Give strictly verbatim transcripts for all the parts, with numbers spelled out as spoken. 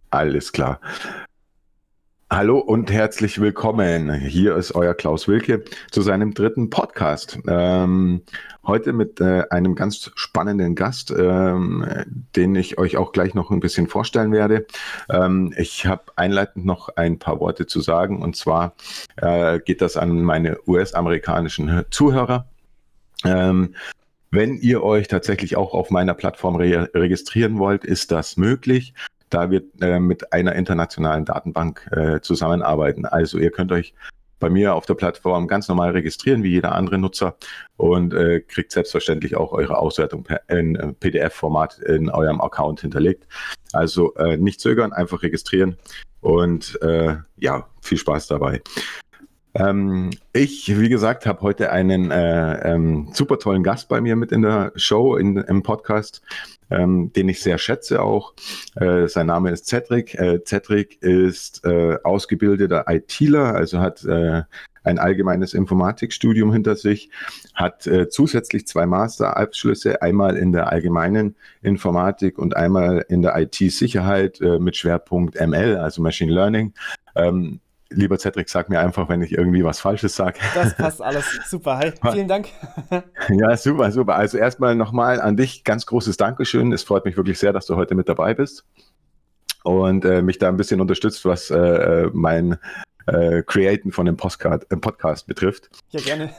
Alles klar. Hallo und herzlich willkommen. Hier ist euer Klaus Wilke zu seinem dritten Podcast. Ähm, heute mit äh, einem ganz spannenden Gast, ähm, den ich euch auch gleich noch ein bisschen vorstellen werde. Ähm, ich habe einleitend noch ein paar Worte zu sagen, und zwar äh, geht das an meine U S-amerikanischen Zuhörer. Ähm, Wenn ihr euch tatsächlich auch auf meiner Plattform re registrieren wollt, ist das möglich, da wir äh, mit einer internationalen Datenbank äh, zusammenarbeiten. Also ihr könnt euch bei mir auf der Plattform ganz normal registrieren, wie jeder andere Nutzer, und äh, kriegt selbstverständlich auch eure Auswertung per, in äh, P D F-Format in eurem Account hinterlegt. Also äh, nicht zögern, einfach registrieren und äh, ja, viel Spaß dabei. Ähm, ich, wie gesagt, habe heute einen äh, ähm, super tollen Gast bei mir mit in der Show, in, im Podcast, ähm, den ich sehr schätze auch. Äh, sein Name ist Cedric. Äh, Cedric ist äh, ausgebildeter ITler, also hat äh, ein allgemeines Informatikstudium hinter sich, hat äh, zusätzlich zwei Masterabschlüsse, einmal in der allgemeinen Informatik und einmal in der I T-Sicherheit äh, mit Schwerpunkt M L, also Machine Learning. Ähm, Lieber Cedric, sag mir einfach, wenn ich irgendwie was Falsches sage. Das passt alles. Super. Hi. Vielen Dank. Ja, super, super. Also erstmal nochmal an dich ganz großes Dankeschön. Es freut mich wirklich sehr, dass du heute mit dabei bist und äh, mich da ein bisschen unterstützt, was äh, mein äh, Createn von dem Postcard, äh, Podcast betrifft. Ja, gerne.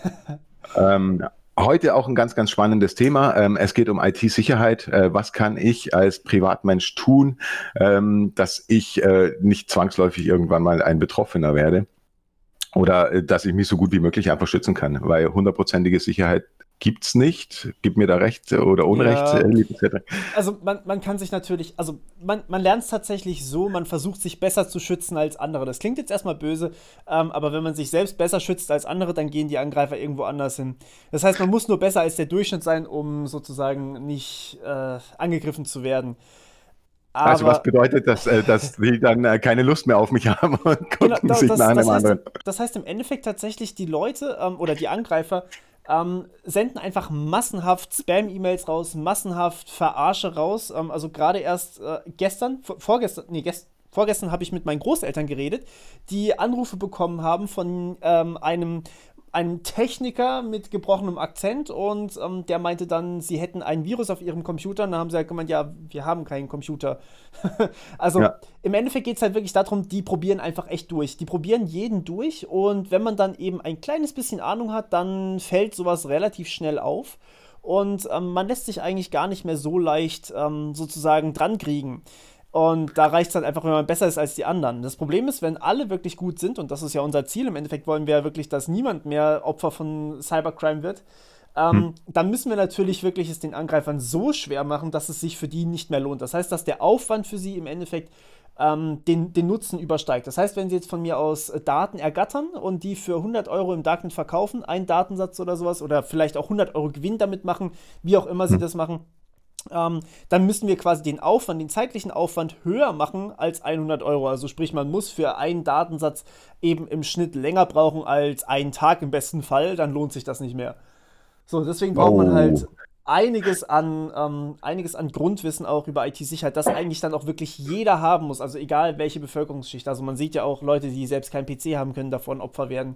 Ähm, Heute auch ein ganz, ganz spannendes Thema. Ähm, es geht um I T-Sicherheit. Äh, was kann ich als Privatmensch tun, ähm, dass ich äh, nicht zwangsläufig irgendwann mal ein Betroffener werde? Oder äh, dass ich mich so gut wie möglich einfach schützen kann, weil hundertprozentige Sicherheit gibt's nicht. Gib mir da Recht oder Unrecht, äh, Ja, liebe Cedric. also man, man kann sich natürlich, also man, man lernt es tatsächlich so, man versucht sich besser zu schützen als andere. Das klingt jetzt erstmal böse, ähm, aber wenn man sich selbst besser schützt als andere, dann gehen die Angreifer irgendwo anders hin. Das heißt, man muss nur besser als der Durchschnitt sein, um sozusagen nicht äh, angegriffen zu werden. Also was Aber bedeutet das, äh, dass die dann äh, keine Lust mehr auf mich haben und genau, gucken da- sich nach das, einem das heißt, anderen? das heißt im Endeffekt tatsächlich, die Leute ähm, oder die Angreifer ähm, senden einfach massenhaft Spam-E-Mails raus, massenhaft Verarsche raus. Ähm, also gerade erst äh, gestern, vor- vorgestern, nee, gest, vorgestern habe ich mit meinen Großeltern geredet, die Anrufe bekommen haben von ähm, einem einem Techniker mit gebrochenem Akzent, und ähm, der meinte dann, sie hätten ein Virus auf ihrem Computer, und dann haben sie halt gemeint, ja, wir haben keinen Computer. Also Ja. im Endeffekt geht es halt wirklich darum, die probieren einfach echt durch. Die probieren jeden durch, und wenn man dann eben ein kleines bisschen Ahnung hat, dann fällt sowas relativ schnell auf. Und ähm, man lässt sich eigentlich gar nicht mehr so leicht ähm, sozusagen dran kriegen. Und da reicht es halt einfach, wenn man besser ist als die anderen. Das Problem ist, wenn alle wirklich gut sind, und das ist ja unser Ziel, im Endeffekt wollen wir ja wirklich, dass niemand mehr Opfer von Cybercrime wird, Hm. ähm, dann müssen wir natürlich wirklich es den Angreifern so schwer machen, dass es sich für die nicht mehr lohnt. Das heißt, dass der Aufwand für sie im Endeffekt ähm, den, den Nutzen übersteigt. Das heißt, wenn sie jetzt von mir aus äh, Daten ergattern und die für hundert Euro im Darknet verkaufen, einen Datensatz oder sowas, oder vielleicht auch hundert Euro Gewinn damit machen, wie auch immer sie Hm. das machen, ähm, dann müssen wir quasi den Aufwand, den zeitlichen Aufwand höher machen als hundert Euro. Also sprich, man muss für einen Datensatz eben im Schnitt länger brauchen als einen Tag im besten Fall, dann lohnt sich das nicht mehr. So, deswegen braucht man Oh. halt einiges an, ähm, einiges an Grundwissen auch über I T-Sicherheit, das eigentlich dann auch wirklich jeder haben muss, also egal welche Bevölkerungsschicht. Also man sieht ja auch Leute, die selbst keinen P C haben können, davon Opfer werden.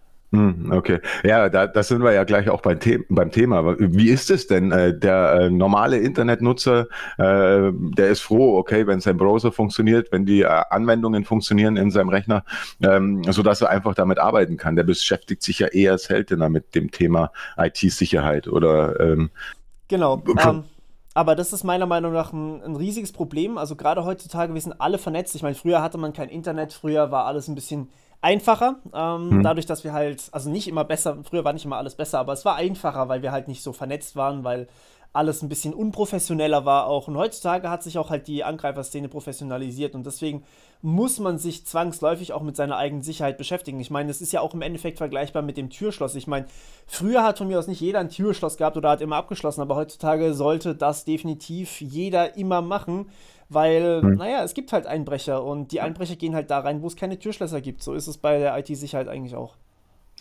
Hm, okay. Ja, da, da sind wir ja gleich auch beim, The beim Thema. Aber wie ist es denn? Äh, der äh, normale Internetnutzer, äh, der ist froh, okay, wenn sein Browser funktioniert, wenn die äh, Anwendungen funktionieren in seinem Rechner, ähm, sodass er einfach damit arbeiten kann. Der beschäftigt sich ja eher seltener mit dem Thema I T-Sicherheit oder ähm, Genau. Ähm, aber das ist meiner Meinung nach ein, ein riesiges Problem. Also gerade heutzutage, wir sind alle vernetzt. Ich meine, früher hatte man kein Internet, früher war alles ein bisschen einfacher. Ähm, hm, dadurch, dass wir halt, also nicht immer besser, früher war nicht immer alles besser, aber es war einfacher, weil wir halt nicht so vernetzt waren, weil alles ein bisschen unprofessioneller war auch. Und heutzutage hat sich auch halt die Angreiferszene professionalisiert, und deswegen muss man sich zwangsläufig auch mit seiner eigenen Sicherheit beschäftigen. Ich meine, es ist ja auch im Endeffekt vergleichbar mit dem Türschloss. Ich meine, früher hat von mir aus nicht jeder ein Türschloss gehabt oder hat immer abgeschlossen, aber heutzutage sollte das definitiv jeder immer machen, weil, hm. naja, es gibt halt Einbrecher, und die Einbrecher gehen halt da rein, wo es keine Türschlösser gibt. So ist es bei der I T-Sicherheit eigentlich auch.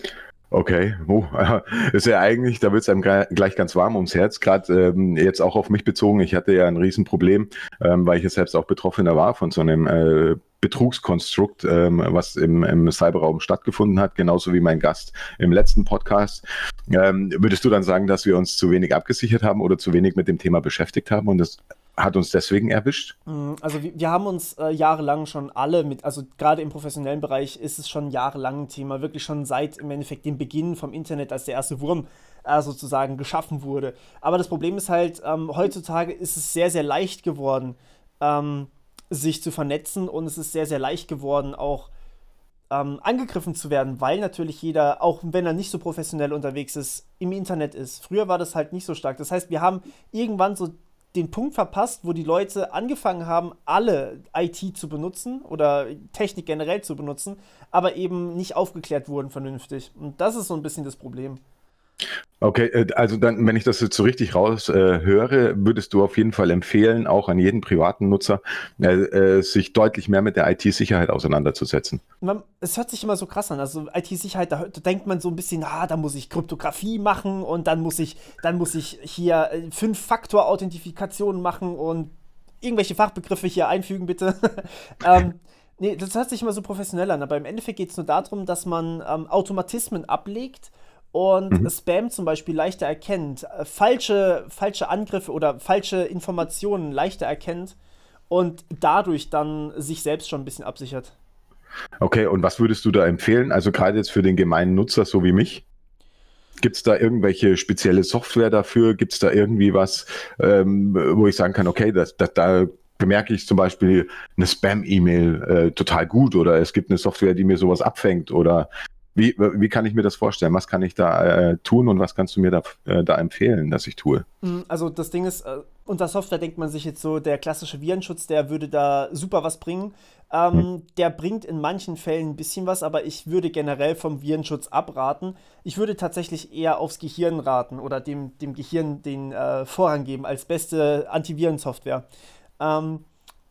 Okay, oh, ist ja eigentlich, da wird es einem gle- gleich ganz warm ums Herz, gerade ähm, jetzt auch auf mich bezogen. Ich hatte ja ein Riesenproblem, ähm, weil ich jetzt selbst auch Betroffener war von so einem äh, Betrugskonstrukt, ähm, was im, im Cyberraum stattgefunden hat, genauso wie mein Gast im letzten Podcast. Ähm, würdest du dann sagen, dass wir uns zu wenig abgesichert haben oder zu wenig mit dem Thema beschäftigt haben und das hat uns deswegen erwischt? Mm, Also wir, wir haben uns äh, jahrelang schon alle mit, also gerade im professionellen Bereich ist es schon jahrelang ein Thema, wirklich schon seit im Endeffekt dem Beginn vom Internet, als der erste Wurm äh, sozusagen geschaffen wurde. Aber das Problem ist halt, ähm, heutzutage ist es sehr, sehr leicht geworden, ähm, sich zu vernetzen, und es ist sehr, sehr leicht geworden, auch ähm, angegriffen zu werden, weil natürlich jeder, auch wenn er nicht so professionell unterwegs ist, im Internet ist. Früher war das halt nicht so stark. Das heißt, wir haben irgendwann so den Punkt verpasst, wo die Leute angefangen haben, alle I T zu benutzen oder Technik generell zu benutzen, aber eben nicht aufgeklärt wurden vernünftig. Und das ist so ein bisschen das Problem. Okay, äh, also dann, wenn ich das jetzt so richtig raus äh, höre, würdest du auf jeden Fall empfehlen, auch an jeden privaten Nutzer, äh, äh, sich deutlich mehr mit der I T-Sicherheit auseinanderzusetzen. Man, es hört sich immer so krass an. Also I T-Sicherheit, da, da denkt man so ein bisschen, ah, da muss ich Kryptographie machen und dann muss ich, dann muss ich hier äh, Fünf-Faktor-Authentifikation machen und irgendwelche Fachbegriffe hier einfügen, bitte. ähm, nee, das hört sich immer so professionell an, aber im Endeffekt geht es nur darum, dass man ähm, Automatismen ablegt und Mhm. Spam zum Beispiel leichter erkennt, äh, falsche, falsche Angriffe oder falsche Informationen leichter erkennt und dadurch dann sich selbst schon ein bisschen absichert. Okay, und was würdest du da empfehlen? Also gerade jetzt für den gemeinen Nutzer, so wie mich? Gibt es da irgendwelche spezielle Software dafür? Gibt es da irgendwie was, ähm, wo ich sagen kann, okay, das, das, da bemerke ich zum Beispiel eine Spam-E-Mail äh, total gut oder es gibt eine Software, die mir sowas abfängt oder wie, wie kann ich mir das vorstellen? Was kann ich da äh, tun und was kannst du mir da, äh, da empfehlen, dass ich tue? Mm, Also das Ding ist, äh, unter Software denkt man sich jetzt so, der klassische Virenschutz, der würde da super was bringen. Hm. Ähm, der bringt in manchen Fällen ein bisschen was, aber ich würde generell vom Virenschutz abraten. Ich würde tatsächlich eher aufs Gehirn raten oder dem, dem Gehirn den äh, Vorrang geben als beste Antivirensoftware. Ähm,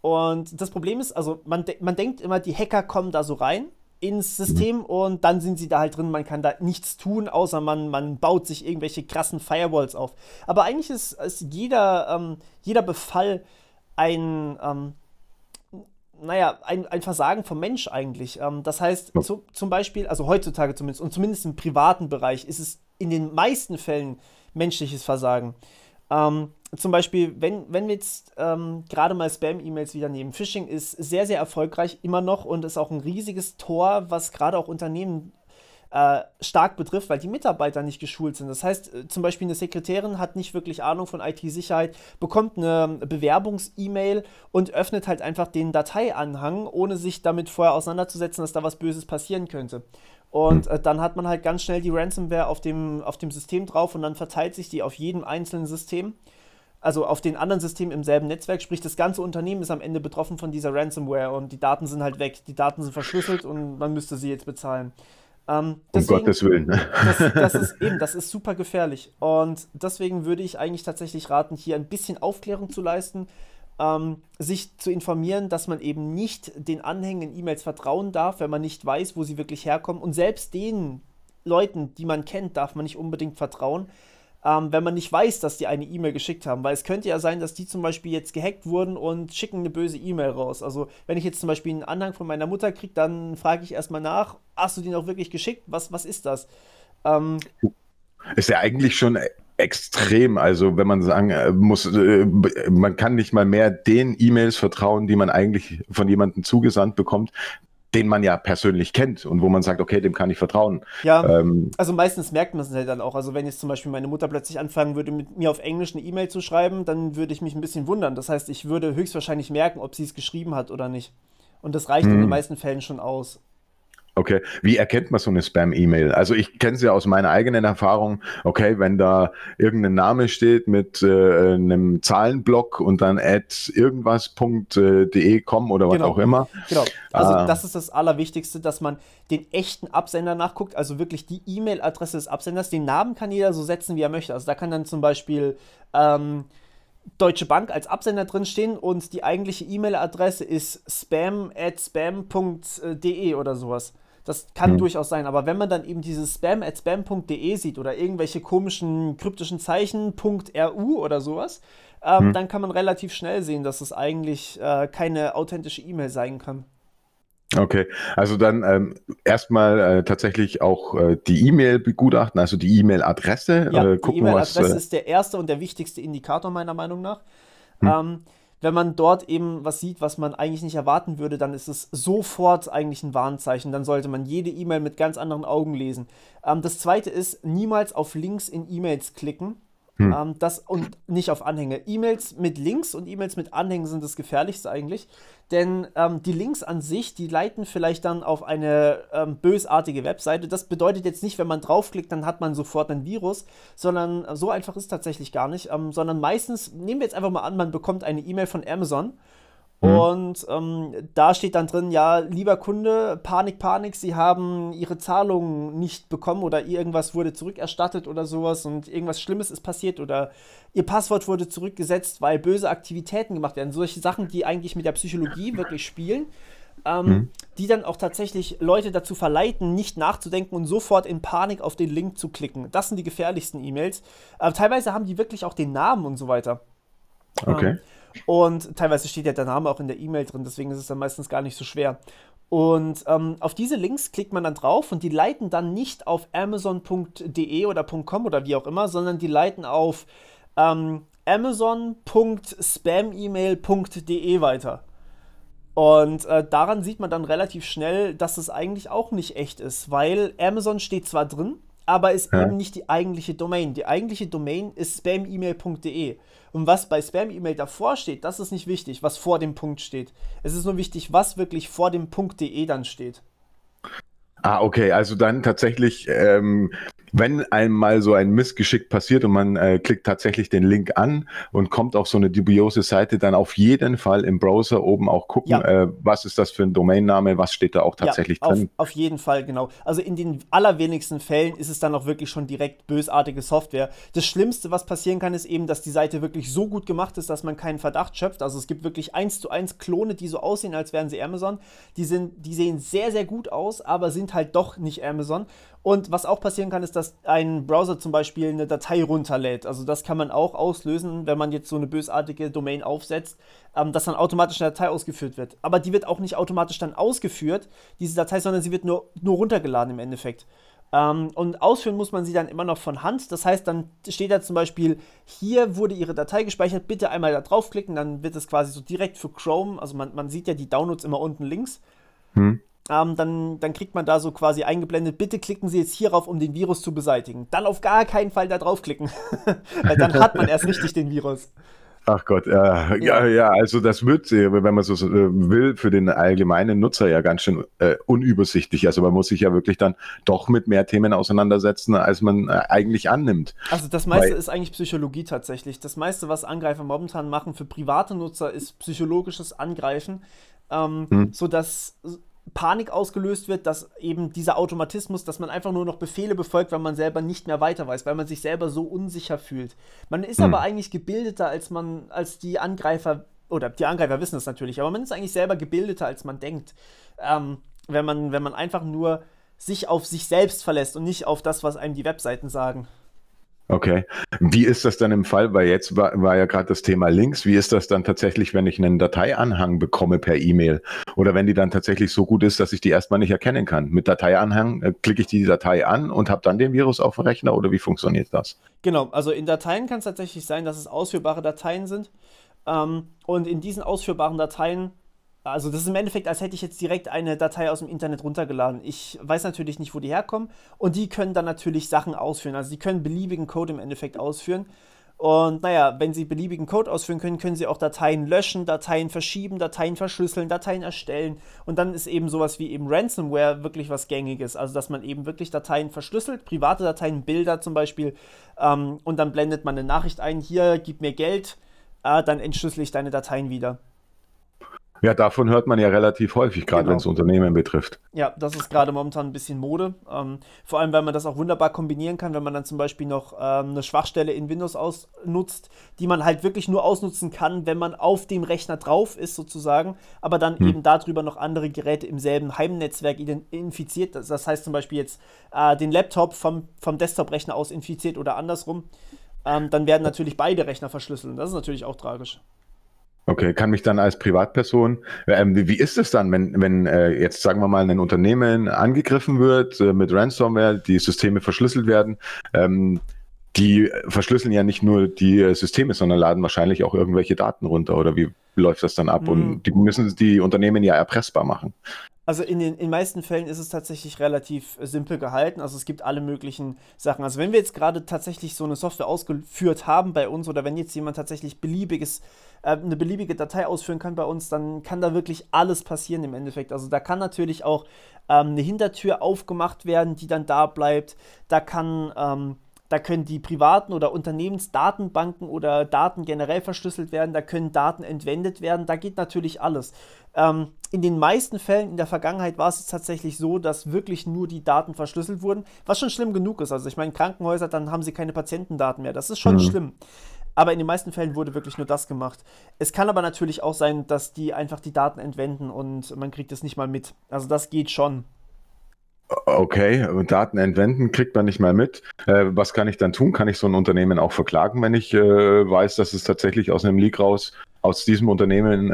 und das Problem ist, also man, de man denkt immer, die Hacker kommen da so rein ins System und dann sind sie da halt drin, man kann da nichts tun, außer man, man baut sich irgendwelche krassen Firewalls auf. Aber eigentlich ist, ist jeder, ähm, jeder Befall ein, ähm, naja, ein, ein Versagen vom Mensch eigentlich. Ähm, das heißt, zu, zum Beispiel, also heutzutage zumindest, und zumindest im privaten Bereich, ist es in den meisten Fällen menschliches Versagen. Ähm, zum Beispiel, wenn, wenn wir jetzt ähm, gerade mal Spam-E-Mails wieder nehmen, Phishing ist sehr, sehr erfolgreich immer noch und ist auch ein riesiges Tor, was gerade auch Unternehmen äh, stark betrifft, weil die Mitarbeiter nicht geschult sind. Das heißt, äh, zum Beispiel eine Sekretärin hat nicht wirklich Ahnung von I T-Sicherheit, bekommt eine Bewerbungs-E-Mail und öffnet halt einfach den Dateianhang, ohne sich damit vorher auseinanderzusetzen, dass da was Böses passieren könnte. Und äh, dann hat man halt ganz schnell die Ransomware auf dem, auf dem System drauf und dann verteilt sich die auf jedem einzelnen System, also auf den anderen Systemen im selben Netzwerk, sprich das ganze Unternehmen ist am Ende betroffen von dieser Ransomware und die Daten sind halt weg, die Daten sind verschlüsselt und man müsste sie jetzt bezahlen. Ähm, Um deswegen, Gottes Willen. das, das ist eben, das ist super gefährlich und deswegen würde ich eigentlich tatsächlich raten, hier ein bisschen Aufklärung zu leisten, ähm, sich zu informieren, dass man eben nicht den Anhängen in E-Mails vertrauen darf, wenn man nicht weiß, wo sie wirklich herkommen und selbst den Leuten, die man kennt, darf man nicht unbedingt vertrauen, ähm, wenn man nicht weiß, dass die eine E-Mail geschickt haben. Weil es könnte ja sein, dass die zum Beispiel jetzt gehackt wurden und schicken eine böse E-Mail raus. Also wenn ich jetzt zum Beispiel einen Anhang von meiner Mutter kriege, dann frage ich erstmal nach, hast du den auch wirklich geschickt? Was, was ist das? Ähm, Ist ja eigentlich schon extrem. Also wenn man sagen äh, muss, äh, man kann nicht mal mehr den E-Mails vertrauen, die man eigentlich von jemandem zugesandt bekommt, den man ja persönlich kennt und wo man sagt, okay, dem kann ich vertrauen. ja, Ähm, also meistens merkt man es halt dann auch. Also wenn jetzt zum Beispiel meine Mutter plötzlich anfangen würde, mit mir auf Englisch eine E-Mail zu schreiben, dann würde ich mich ein bisschen wundern. Das heißt, ich würde höchstwahrscheinlich merken, ob sie es geschrieben hat oder nicht. Und das reicht in den hm. meisten Fällen schon aus. Okay, wie erkennt man so eine Spam-E-Mail? Also ich kenne es ja aus meiner eigenen Erfahrung. Okay, wenn da irgendein Name steht mit äh, einem Zahlenblock und dann at irgendwas.de kommen oder was auch Genau, immer. genau. Also Äh, das ist das Allerwichtigste, dass man den echten Absender nachguckt, also wirklich die E-Mail-Adresse des Absenders. Den Namen kann jeder so setzen, wie er möchte. Also da kann dann zum Beispiel ähm, Deutsche Bank als Absender drinstehen und die eigentliche E-Mail-Adresse ist spam at spam.de oder sowas. Das kann Hm. durchaus sein, aber wenn man dann eben dieses spam at spam punkt de sieht oder irgendwelche komischen kryptischen Zeichen .ru oder sowas, ähm, Hm. dann kann man relativ schnell sehen, dass es eigentlich äh, keine authentische E-Mail sein kann. Okay, also dann ähm, erstmal äh, tatsächlich auch äh, die E-Mail begutachten, also die E-Mail-Adresse, Ja, äh, die gucken, was. E-Mail-Adresse Äh, ist der erste und der wichtigste Indikator meiner Meinung nach. hm, Ähm, wenn man dort eben was sieht, was man eigentlich nicht erwarten würde, dann ist es sofort eigentlich ein Warnzeichen. Dann sollte man jede E-Mail mit ganz anderen Augen lesen. Ähm, das zweite ist, niemals auf Links in E-Mails klicken. hm. Ähm, das und nicht auf Anhänge. E-Mails mit Links und E-Mails mit Anhängen sind das gefährlichste eigentlich. Denn ähm, die Links an sich, die leiten vielleicht dann auf eine ähm, bösartige Webseite. Das bedeutet jetzt nicht, wenn man draufklickt, dann hat man sofort ein Virus, sondern äh, so einfach ist es tatsächlich gar nicht. Ähm, sondern meistens, nehmen wir jetzt einfach mal an, man bekommt eine E-Mail von Amazon. Hm. Und ähm, da steht dann drin, ja, lieber Kunde, Panik, Panik, Sie haben Ihre Zahlung nicht bekommen oder irgendwas wurde zurückerstattet oder sowas und irgendwas Schlimmes ist passiert oder Ihr Passwort wurde zurückgesetzt, weil böse Aktivitäten gemacht werden. Solche Sachen, die eigentlich mit der Psychologie wirklich spielen, ähm, Hm. die dann auch tatsächlich Leute dazu verleiten, nicht nachzudenken und sofort in Panik auf den Link zu klicken. Das sind die gefährlichsten E-Mails. Äh, teilweise haben die wirklich auch den Namen und so weiter. Okay. Ähm, und teilweise steht ja der Name auch in der E-Mail drin, deswegen ist es dann meistens gar nicht so schwer. Und ähm, auf diese Links klickt man dann drauf und die leiten dann nicht auf amazon punkt de oder .com oder wie auch immer, sondern die leiten auf ähm, amazon punkt spamemail punkt de weiter. Und äh, daran sieht man dann relativ schnell, dass es eigentlich auch nicht echt ist, weil Amazon steht zwar drin, aber ist Ja. eben nicht die eigentliche Domain. Die eigentliche Domain ist spamemail punkt de. Und was bei Spam-E-Mail davor steht, das ist nicht wichtig, was vor dem Punkt steht. Es ist nur wichtig, was wirklich vor dem .de dann steht. Ah, okay, also dann tatsächlich, ähm, wenn einmal so ein Missgeschick passiert und man äh, klickt tatsächlich den Link an und kommt auf so eine dubiose Seite, dann auf jeden Fall im Browser oben auch gucken, Ja. äh, was ist das für ein Domainname, was steht da auch tatsächlich ja, auf, drin. auf jeden Fall, genau. Also in den allerwenigsten Fällen ist es dann auch wirklich schon direkt bösartige Software. Das Schlimmste, was passieren kann, ist eben, dass die Seite wirklich so gut gemacht ist, dass man keinen Verdacht schöpft. Also es gibt wirklich eins zu eins Klone, die so aussehen, als wären sie Amazon. Die, sind, die sehen sehr, sehr gut aus, aber sind halt doch nicht Amazon. Und was auch passieren kann, ist, dass ein Browser zum Beispiel eine Datei runterlädt. Also das kann man auch auslösen, wenn man jetzt so eine bösartige Domain aufsetzt, ähm, dass dann automatisch eine Datei ausgeführt wird. Aber die wird auch nicht automatisch dann ausgeführt, diese Datei, sondern sie wird nur, nur runtergeladen im Endeffekt. Ähm, und ausführen muss man sie dann immer noch von Hand. Das heißt, dann steht da zum Beispiel, hier wurde Ihre Datei gespeichert, bitte einmal da draufklicken, dann wird es quasi so direkt für Chrome, also man, man sieht ja die Downloads immer unten links. Hm. Ähm, dann, dann kriegt man da so quasi eingeblendet, bitte klicken Sie jetzt hierauf, um den Virus zu beseitigen. Dann auf gar keinen Fall da draufklicken, weil dann hat man erst richtig den Virus. Ach Gott, äh, ja. Ja. ja, also das wird, äh, wenn man so so, äh, will, für den allgemeinen Nutzer ja ganz schön äh, unübersichtlich. Also man muss sich ja wirklich dann doch mit mehr Themen auseinandersetzen, als man äh, eigentlich annimmt. Also das meiste Weil- ist eigentlich Psychologie tatsächlich. Das meiste, was Angreifer momentan machen für private Nutzer, ist psychologisches Angreifen, ähm, Hm. sodass Panik ausgelöst wird, dass eben dieser Automatismus, dass man einfach nur noch Befehle befolgt, weil man selber nicht mehr weiter weiß, weil man sich selber so unsicher fühlt. Man ist Hm. aber eigentlich gebildeter, als man, als die Angreifer, oder die Angreifer wissen es natürlich, aber man ist eigentlich selber gebildeter, als man denkt. Ähm, wenn man, wenn man einfach nur sich auf sich selbst verlässt und nicht auf das, was einem die Webseiten sagen. Okay. Wie ist das dann im Fall, weil jetzt war, war ja gerade das Thema Links, wie ist das dann tatsächlich, wenn ich einen Dateianhang bekomme per E-Mail oder wenn die dann tatsächlich so gut ist, dass ich die erstmal nicht erkennen kann? Mit Dateianhang äh, klicke ich die Datei an und habe dann den Virus auf dem Rechner oder wie funktioniert das? Genau, also in Dateien kann es tatsächlich sein, dass es ausführbare Dateien sind. Ähm, und in diesen ausführbaren Dateien, also das ist im Endeffekt, als hätte ich jetzt direkt eine Datei aus dem Internet runtergeladen. Ich weiß natürlich nicht, wo die herkommen. Und die können dann natürlich Sachen ausführen. Also die können beliebigen Code im Endeffekt ausführen. Und naja, wenn sie beliebigen Code ausführen können, können sie auch Dateien löschen, Dateien verschieben, Dateien verschlüsseln, Dateien erstellen. Und dann ist eben sowas wie eben Ransomware wirklich was Gängiges. Also dass man eben wirklich Dateien verschlüsselt, private Dateien, Bilder zum Beispiel. Ähm, und dann blendet man eine Nachricht ein, hier, gib mir Geld, äh, dann entschlüssel ich deine Dateien wieder. Ja, davon hört man ja relativ häufig, gerade wenn es Genau. Unternehmen betrifft. Ja, das ist gerade momentan ein bisschen Mode. Ähm, vor allem, weil man das auch wunderbar kombinieren kann, wenn man dann zum Beispiel noch ähm, eine Schwachstelle in Windows ausnutzt, die man halt wirklich nur ausnutzen kann, wenn man auf dem Rechner drauf ist, sozusagen, aber dann Hm. eben darüber noch andere Geräte im selben Heimnetzwerk ident- infiziert. Das, das heißt zum Beispiel jetzt äh, den Laptop vom, vom Desktop-Rechner aus infiziert oder andersrum. Ähm, dann werden natürlich beide Rechner verschlüsselt. Das ist natürlich auch tragisch. Okay, kann mich dann als Privatperson, ähm, wie, wie ist es dann, wenn, wenn äh, jetzt sagen wir mal ein Unternehmen angegriffen wird äh, mit Ransomware, die Systeme verschlüsselt werden? Ähm, die verschlüsseln ja nicht nur die äh, Systeme, sondern laden wahrscheinlich auch irgendwelche Daten runter, oder wie läuft das dann ab? Hm. Und die müssen die Unternehmen ja erpressbar machen. Also in den in meisten Fällen ist es tatsächlich relativ äh, simpel gehalten. Also es gibt alle möglichen Sachen. Also wenn wir jetzt gerade tatsächlich so eine Software ausgeführt haben bei uns oder wenn jetzt jemand tatsächlich beliebiges, äh, eine beliebige Datei ausführen kann bei uns, dann kann da wirklich alles passieren im Endeffekt. Also da kann natürlich auch ähm, eine Hintertür aufgemacht werden, die dann da bleibt. Da kann ähm, Da können die privaten oder Unternehmensdatenbanken oder Daten generell verschlüsselt werden, da können Daten entwendet werden, da geht natürlich alles. Ähm, in den meisten Fällen in der Vergangenheit war es tatsächlich so, dass wirklich nur die Daten verschlüsselt wurden, was schon schlimm genug ist. Also ich meine, Krankenhäuser, dann haben sie keine Patientendaten mehr. Das ist schon Hm. schlimm. Aber in den meisten Fällen wurde wirklich nur das gemacht. Es kann aber natürlich auch sein, dass die einfach die Daten entwenden und man kriegt es nicht mal mit. Also das geht schon. Okay, und Daten entwenden kriegt man nicht mal mit. Äh, was kann ich dann tun? Kann ich so ein Unternehmen auch verklagen, wenn ich äh, weiß, dass es tatsächlich aus einem Leak raus aus diesem Unternehmen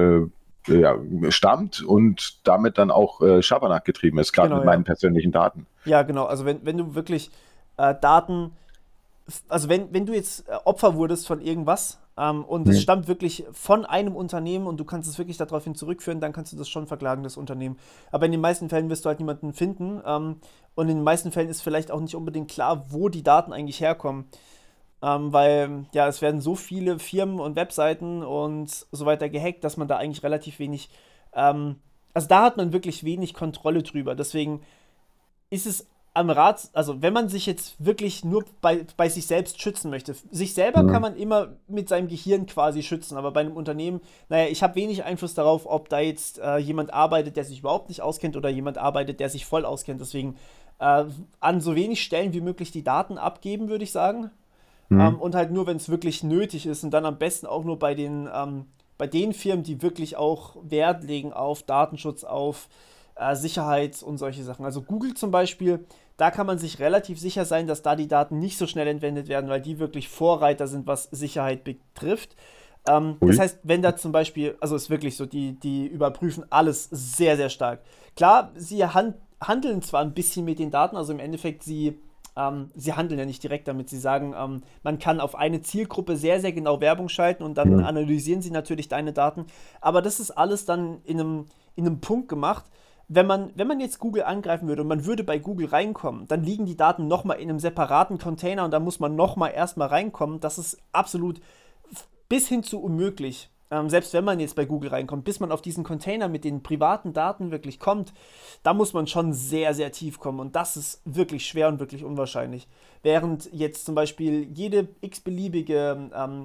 äh, äh, ja, stammt und damit dann auch äh, Schabernack getrieben ist, gerade Genau, mit ja. meinen persönlichen Daten? Ja, genau. Also wenn, wenn du wirklich äh, Daten also wenn, wenn du jetzt äh, Opfer wurdest von irgendwas ähm, und es Hm. stammt wirklich von einem Unternehmen und du kannst es wirklich daraufhin zurückführen, dann kannst du das schon verklagen, das Unternehmen. Aber in den meisten Fällen wirst du halt niemanden finden ähm, und in den meisten Fällen ist vielleicht auch nicht unbedingt klar, wo die Daten eigentlich herkommen. Ähm, weil ja, es werden so viele Firmen und Webseiten und so weiter gehackt, dass man da eigentlich relativ wenig, ähm, also da hat man wirklich wenig Kontrolle drüber. Deswegen ist es am Rat, also wenn man sich jetzt wirklich nur bei, bei sich selbst schützen möchte, sich selber kann Hm. man immer mit seinem Gehirn quasi schützen, aber bei einem Unternehmen, naja, ich habe wenig Einfluss darauf, ob da jetzt äh, jemand arbeitet, der sich überhaupt nicht auskennt oder jemand arbeitet, der sich voll auskennt. Deswegen äh, an so wenig Stellen wie möglich die Daten abgeben, würde ich sagen. Hm. Ähm, und halt nur, wenn es wirklich nötig ist und dann am besten auch nur bei den, ähm, bei den Firmen, die wirklich auch Wert legen auf Datenschutz, auf äh, Sicherheit und solche Sachen. Also Google zum Beispiel, da kann man sich relativ sicher sein, dass da die Daten nicht so schnell entwendet werden, weil die wirklich Vorreiter sind, was Sicherheit betrifft. Ähm, das Ui. heißt, wenn da zum Beispiel, also ist wirklich so, die, die überprüfen alles sehr, sehr stark. Klar, sie han handeln zwar ein bisschen mit den Daten, also im Endeffekt, sie, ähm, sie handeln ja nicht direkt damit. Sie sagen, ähm, man kann auf eine Zielgruppe sehr, sehr genau Werbung schalten und dann Hm. analysieren sie natürlich deine Daten. Aber das ist alles dann in einem, in einem Punkt gemacht. Wenn man, wenn man jetzt Google angreifen würde und man würde bei Google reinkommen, dann liegen die Daten nochmal in einem separaten Container und da muss man nochmal erstmal reinkommen. Das ist absolut bis hin zu unmöglich. Ähm, selbst wenn man jetzt bei Google reinkommt, bis man auf diesen Container mit den privaten Daten wirklich kommt, da muss man schon sehr, sehr tief kommen und das ist wirklich schwer und wirklich unwahrscheinlich. Während jetzt zum Beispiel jede x-beliebige ähm,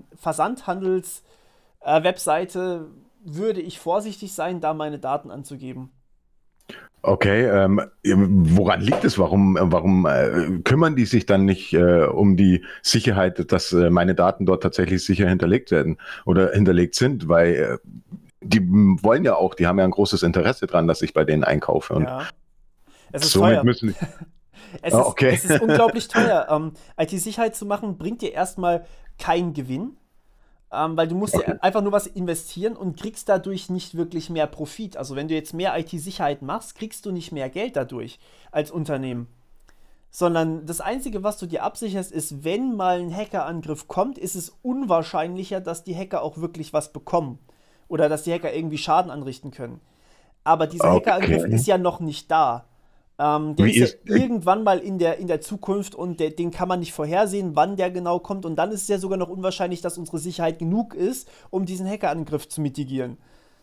Versandhandels-Webseite würde ich vorsichtig sein, da meine Daten anzugeben. Okay, ähm, woran liegt es? Warum, warum äh, kümmern die sich dann nicht äh, um die Sicherheit, dass äh, meine Daten dort tatsächlich sicher hinterlegt werden oder hinterlegt sind? Weil äh, die wollen ja auch, die haben ja ein großes Interesse dran, dass ich bei denen einkaufe und Ja, es ist somit teuer. müssen. Es Ah, ist, okay. es ist unglaublich teuer. Ähm, I T-Sicherheit zu machen, bringt dir erstmal keinen Gewinn, ähm, weil du musst ja Okay. einfach nur was investieren und kriegst dadurch nicht wirklich mehr Profit. Also wenn du jetzt mehr I T-Sicherheit machst, kriegst du nicht mehr Geld dadurch als Unternehmen. Sondern das Einzige, was du dir absicherst, ist, wenn mal ein Hackerangriff kommt, ist es unwahrscheinlicher, dass die Hacker auch wirklich was bekommen. Oder dass die Hacker irgendwie Schaden anrichten können. Aber dieser Hackerangriff Okay. ist ja noch nicht da. Ähm, der Wie ist ja ist, äh, irgendwann mal in der, in der Zukunft und der, den kann man nicht vorhersehen, wann der genau kommt. Und dann ist es ja sogar noch unwahrscheinlich, dass unsere Sicherheit genug ist, um diesen Hackerangriff zu mitigieren.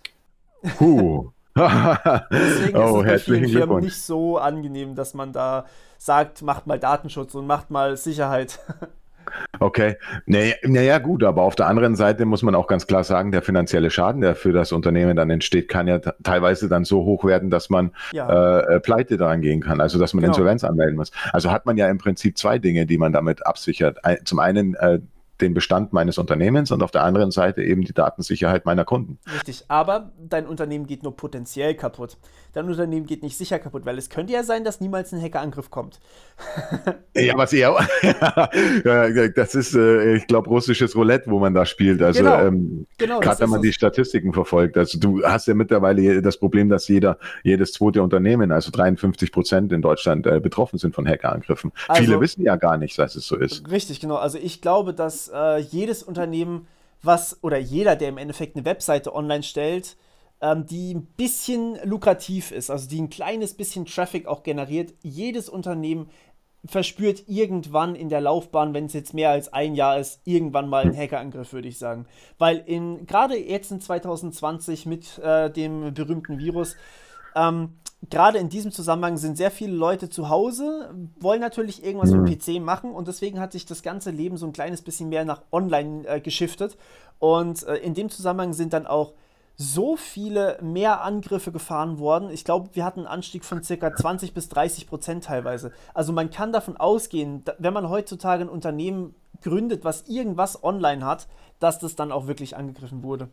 puh. Deswegen ist Oh, es bei vielen herzlichen Firmen Glückwunsch. nicht so angenehm, dass man da sagt, macht mal Datenschutz und macht mal Sicherheit. Okay, naja, naja gut, aber auf der anderen Seite muss man auch ganz klar sagen, der finanzielle Schaden, der für das Unternehmen dann entsteht, kann ja t- teilweise dann so hoch werden, dass man äh, Ja, äh, pleite daran gehen kann, also dass man genau. Insolvenz anmelden muss. Also hat man ja im Prinzip zwei Dinge, die man damit absichert. Ein, zum einen äh, den Bestand meines Unternehmens und auf der anderen Seite eben die Datensicherheit meiner Kunden. Richtig, aber dein Unternehmen geht nur potenziell kaputt. Dein Unternehmen geht nicht sicher kaputt, weil es könnte ja sein, dass niemals ein Hackerangriff kommt. Ja, was eher, ja, das ist, äh, ich glaube, russisches Roulette, wo man da spielt. Also Genau, ähm, genau, das gerade wenn ist man die es. Statistiken verfolgt. Also du hast ja mittlerweile das Problem, dass jeder, jedes zweite Unternehmen, also dreiundfünfzig Prozent in Deutschland äh, betroffen sind von Hackerangriffen. Viele Also, wissen ja gar nicht, dass es so ist. richtig, genau. Also ich glaube, dass äh, jedes Unternehmen, was oder jeder, der im Endeffekt eine Webseite online stellt, ähm, die ein bisschen lukrativ ist, also die ein kleines bisschen Traffic auch generiert, jedes Unternehmen verspürt irgendwann in der Laufbahn, wenn es jetzt mehr als ein Jahr ist, irgendwann mal einen Hackerangriff, würde ich sagen. Weil in gerade jetzt in zwanzig zwanzig mit äh, dem berühmten Virus, ähm, gerade in diesem Zusammenhang sind sehr viele Leute zu Hause, wollen natürlich irgendwas mit Hm. P C machen und deswegen hat sich das ganze Leben so ein kleines bisschen mehr nach online äh, geschiftet. Und äh, in dem Zusammenhang sind dann auch so viele mehr Angriffe gefahren worden. Ich glaube, wir hatten einen Anstieg von circa zwanzig bis dreißig Prozent teilweise. Also man kann davon ausgehen, da- wenn man heutzutage ein Unternehmen gründet, was irgendwas online hat, dass das dann auch wirklich angegriffen wurde.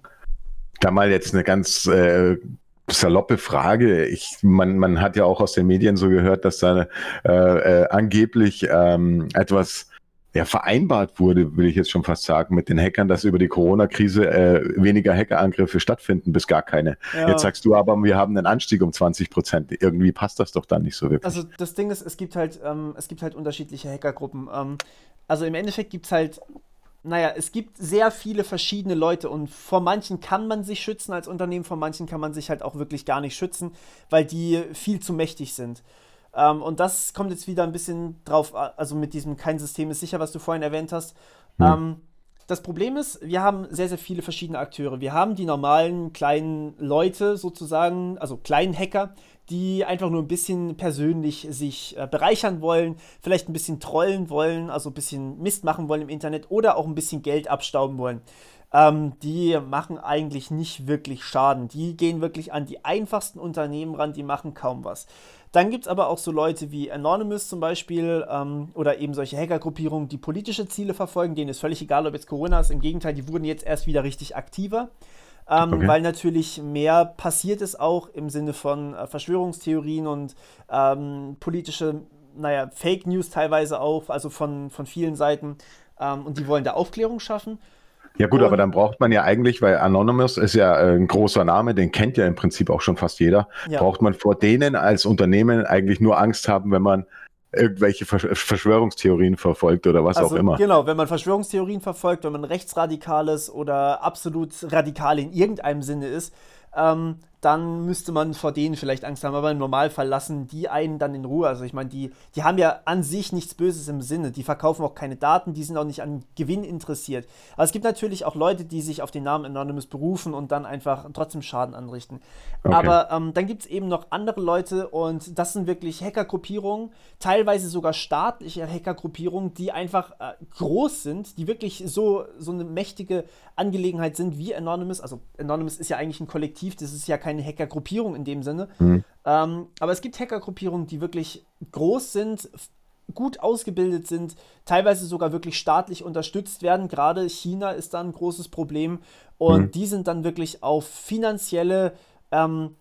Da mal jetzt eine ganz äh, saloppe Frage. Ich, man, man hat ja auch aus den Medien so gehört, dass da äh, äh, angeblich ähm, etwas ja, vereinbart wurde, will ich jetzt schon fast sagen, mit den Hackern, dass über die Corona-Krise äh, weniger Hackerangriffe stattfinden, bis gar keine. Jetzt Ja, sagst du aber, wir haben einen Anstieg um zwanzig Prozent. Irgendwie passt das doch dann nicht so also wirklich. das Ding ist, es gibt halt, ähm, es gibt halt unterschiedliche Hackergruppen. Ähm, also im Endeffekt gibt es halt, naja, es gibt sehr viele verschiedene Leute und vor manchen kann man sich schützen als Unternehmen, vor manchen kann man sich halt auch wirklich gar nicht schützen, weil die viel zu mächtig sind. Ähm, und das kommt jetzt wieder ein bisschen drauf, a- also mit diesem kein System ist sicher, was du vorhin erwähnt hast. Hm. Ähm, Das Problem ist, wir haben sehr, sehr viele verschiedene Akteure. Wir haben die normalen kleinen Leute sozusagen, also kleinen Hacker, die einfach nur ein bisschen persönlich sich äh, bereichern wollen, vielleicht ein bisschen trollen wollen, also ein bisschen Mist machen wollen im Internet oder auch ein bisschen Geld abstauben wollen. Ähm, die machen eigentlich nicht wirklich Schaden. Die gehen wirklich an die einfachsten Unternehmen ran, die machen kaum was. Dann gibt es aber auch so Leute wie Anonymous zum Beispiel ähm, oder eben solche Hackergruppierungen, die politische Ziele verfolgen. Denen ist völlig egal, ob jetzt Corona ist. Im Gegenteil, die wurden jetzt erst wieder richtig aktiver, ähm, Okay. weil natürlich mehr passiert ist auch im Sinne von äh, Verschwörungstheorien und ähm, politische, naja, Fake News teilweise auch, also von, von vielen Seiten. Ähm, und die wollen da Aufklärung schaffen. Ja gut, aber Und dann braucht man ja eigentlich, weil Anonymous ist ja äh, ein großer Name, den kennt ja im Prinzip auch schon fast jeder, ja, braucht man vor denen als Unternehmen eigentlich nur Angst haben, wenn man irgendwelche Versch Verschwörungstheorien verfolgt oder was auch also immer. genau, wenn man Verschwörungstheorien verfolgt, wenn man rechtsradikales oder absolut radikal in irgendeinem Sinne ist, ähm, dann müsste man vor denen vielleicht Angst haben, aber im Normalfall lassen die einen dann in Ruhe. Also ich meine, die, die haben ja an sich nichts Böses im Sinne, die verkaufen auch keine Daten, die sind auch nicht an Gewinn interessiert. Aber es gibt natürlich auch Leute, die sich auf den Namen Anonymous berufen und dann einfach trotzdem Schaden anrichten. Okay. Aber ähm, dann gibt es eben noch andere Leute und das sind wirklich Hackergruppierungen, teilweise sogar staatliche Hackergruppierungen, die einfach äh, groß sind, die wirklich so, so eine mächtige Angelegenheit sind wie Anonymous. Also Anonymous ist ja eigentlich ein Kollektiv, das ist ja keine Hackergruppierung in dem Sinne. Hm. Ähm, aber es gibt Hackergruppierungen, die wirklich groß sind, f- gut ausgebildet sind, teilweise sogar wirklich staatlich unterstützt werden. Gerade China ist da ein großes Problem. Hm. Und die sind dann wirklich auf finanzielle, ähm,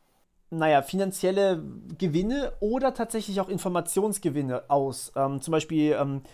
naja, finanzielle Gewinne oder tatsächlich auch Informationsgewinne aus. Ähm, zum Beispiel ähm,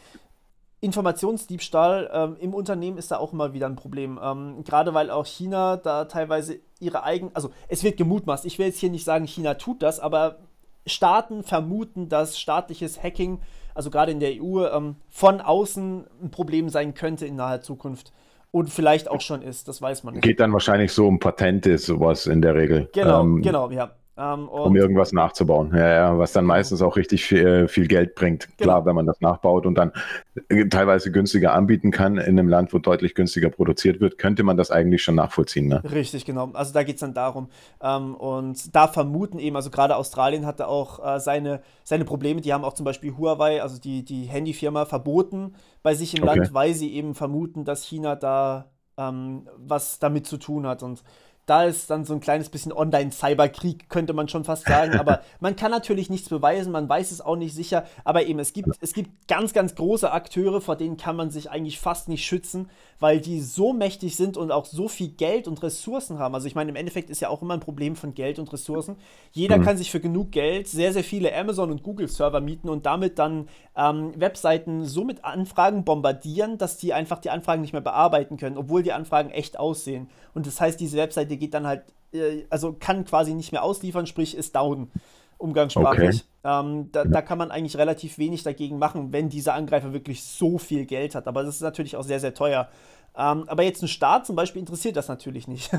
Informationsdiebstahl ähm, im Unternehmen ist da auch immer wieder ein Problem. Ähm, gerade weil auch China da teilweise ihre eigenen, also es wird gemutmaßt, ich will jetzt hier nicht sagen, China tut das, aber Staaten vermuten, dass staatliches Hacking, also gerade in der E U, ähm, von außen ein Problem sein könnte in naher Zukunft. Und vielleicht auch schon ist, das weiß man nicht. Geht dann wahrscheinlich so um Patente, sowas in der Regel. Genau, Ähm, genau, ja. Ähm, Um und irgendwas nachzubauen, ja, ja, was dann genau. meistens auch richtig viel, viel Geld bringt. Klar, Genau. wenn man das nachbaut und dann äh, teilweise günstiger anbieten kann in einem Land, wo deutlich günstiger produziert wird, könnte man das eigentlich schon nachvollziehen, ne? Richtig, genau. Also da geht es dann darum. Ähm, und da vermuten eben, also gerade Australien hatte auch äh, seine, seine Probleme. Die haben auch zum Beispiel Huawei, also die, die Handyfirma, verboten bei sich im Okay. Land, weil sie eben vermuten, dass China da ähm, was damit zu tun hat. Und da ist dann so ein kleines bisschen Online-Cyberkrieg, könnte man schon fast sagen. Aber man kann natürlich nichts beweisen, man weiß es auch nicht sicher. Aber eben, es gibt, es gibt ganz, ganz große Akteure, vor denen kann man sich eigentlich fast nicht schützen, weil die so mächtig sind und auch so viel Geld und Ressourcen haben. Also ich meine, im Endeffekt ist ja auch immer ein Problem von Geld und Ressourcen. Jeder Mhm. kann sich für genug Geld sehr, sehr viele Amazon- und Google-Server mieten und damit dann ähm, Webseiten so mit Anfragen bombardieren, dass die einfach die Anfragen nicht mehr bearbeiten können, obwohl die Anfragen echt aussehen. Und das heißt, diese Webseite geht dann halt, äh, also kann quasi nicht mehr ausliefern, sprich ist down, Okay. umgangssprachlich. Ähm, da, da kann man eigentlich relativ wenig dagegen machen, wenn dieser Angreifer wirklich so viel Geld hat. Aber das ist natürlich auch sehr, sehr teuer. Ähm, aber jetzt ein Staat zum Beispiel interessiert das natürlich nicht.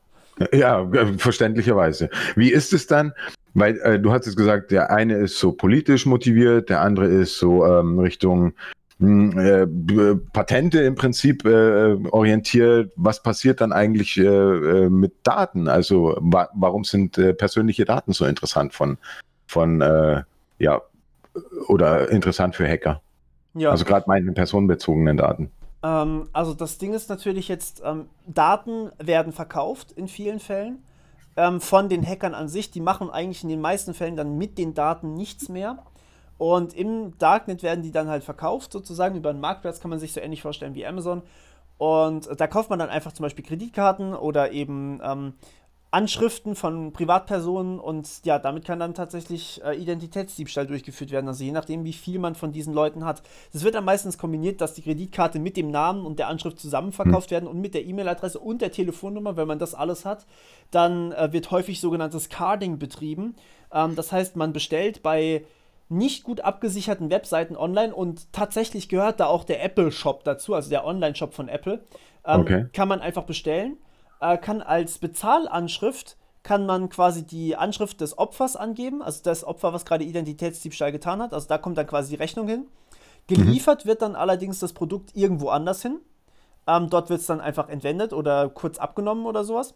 Ja, äh, verständlicherweise. Wie ist es dann? Weil äh, du hast es gesagt, der eine ist so politisch motiviert, der andere ist so ähm, Richtung mh, äh, b- Patente im Prinzip äh, orientiert. Was passiert dann eigentlich äh, äh, mit Daten? Also wa warum sind äh, persönliche Daten so interessant von, von äh, ja, oder interessant für Hacker? Ja, Also gerade meine personenbezogenen Daten. ähm, also das Ding ist natürlich jetzt, ähm, Daten werden verkauft in vielen Fällen ähm, von den Hackern an sich. Die machen eigentlich in den meisten Fällen dann mit den Daten nichts mehr. Und im Darknet werden die dann halt verkauft, sozusagen über einen Marktplatz, kann man sich so ähnlich vorstellen wie Amazon. Und da kauft man dann einfach zum Beispiel Kreditkarten oder eben ähm, Anschriften von Privatpersonen und ja, damit kann dann tatsächlich äh, Identitätsdiebstahl durchgeführt werden, also je nachdem, wie viel man von diesen Leuten hat. Das wird dann meistens kombiniert, dass die Kreditkarte mit dem Namen und der Anschrift zusammen Hm. verkauft werden und mit der E-Mail-Adresse und der Telefonnummer, wenn man das alles hat. Dann äh, wird häufig sogenanntes Carding betrieben. Ähm, das heißt, man bestellt bei nicht gut abgesicherten Webseiten online und tatsächlich gehört da auch der Apple Shop dazu, also der Online-Shop von Apple, ähm, Okay, kann man einfach bestellen, äh, kann als Bezahlanschrift, kann man quasi die Anschrift des Opfers angeben, also das Opfer, was gerade Identitätsdiebstahl getan hat, also da kommt dann quasi die Rechnung hin. mhm. Geliefert wird dann allerdings das Produkt irgendwo anders hin. Ähm, dort wird es dann einfach entwendet oder kurz abgenommen oder sowas.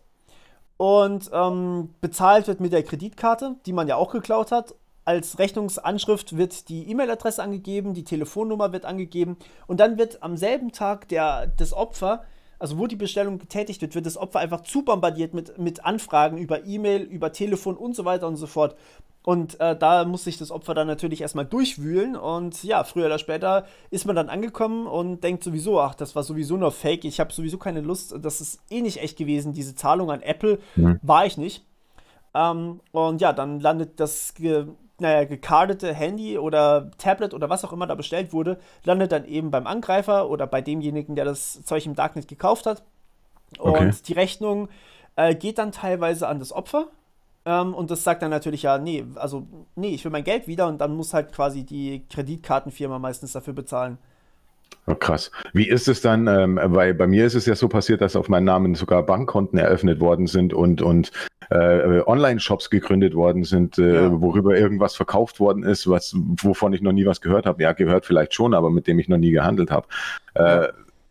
Und ähm, bezahlt wird mit der Kreditkarte, die man ja auch geklaut hat. Als Rechnungsanschrift wird die E-Mail-Adresse angegeben, die Telefonnummer wird angegeben und dann wird am selben Tag der, das Opfer, also wo die Bestellung getätigt wird, wird das Opfer einfach zu bombardiert mit, mit Anfragen über E-Mail, über Telefon und so weiter und so fort. Und äh, da muss sich das Opfer dann natürlich erstmal durchwühlen und ja, früher oder später ist man dann angekommen und denkt sowieso, ach, das war sowieso nur Fake, ich habe sowieso keine Lust, das ist eh nicht echt gewesen, diese Zahlung an Apple Mhm. war ich nicht. Ähm, und ja, dann landet das ge, naja, gecardete Handy oder Tablet oder was auch immer da bestellt wurde, landet dann eben beim Angreifer oder bei demjenigen, der das Zeug im Darknet gekauft hat. Okay. Und die Rechnung äh, geht dann teilweise an das Opfer. Ähm, und das sagt dann natürlich, ja, nee, also, nee, ich will mein Geld wieder und dann muss halt quasi die Kreditkartenfirma meistens dafür bezahlen. Oh, krass. Wie ist es dann, ähm, weil bei mir ist es ja so passiert, dass auf meinen Namen sogar Bankkonten eröffnet worden sind und, und äh, Online-Shops gegründet worden sind, äh, Ja. worüber irgendwas verkauft worden ist, was, wovon ich noch nie was gehört habe. Ja, gehört vielleicht schon, aber mit dem ich noch nie gehandelt habe. Ja. Äh,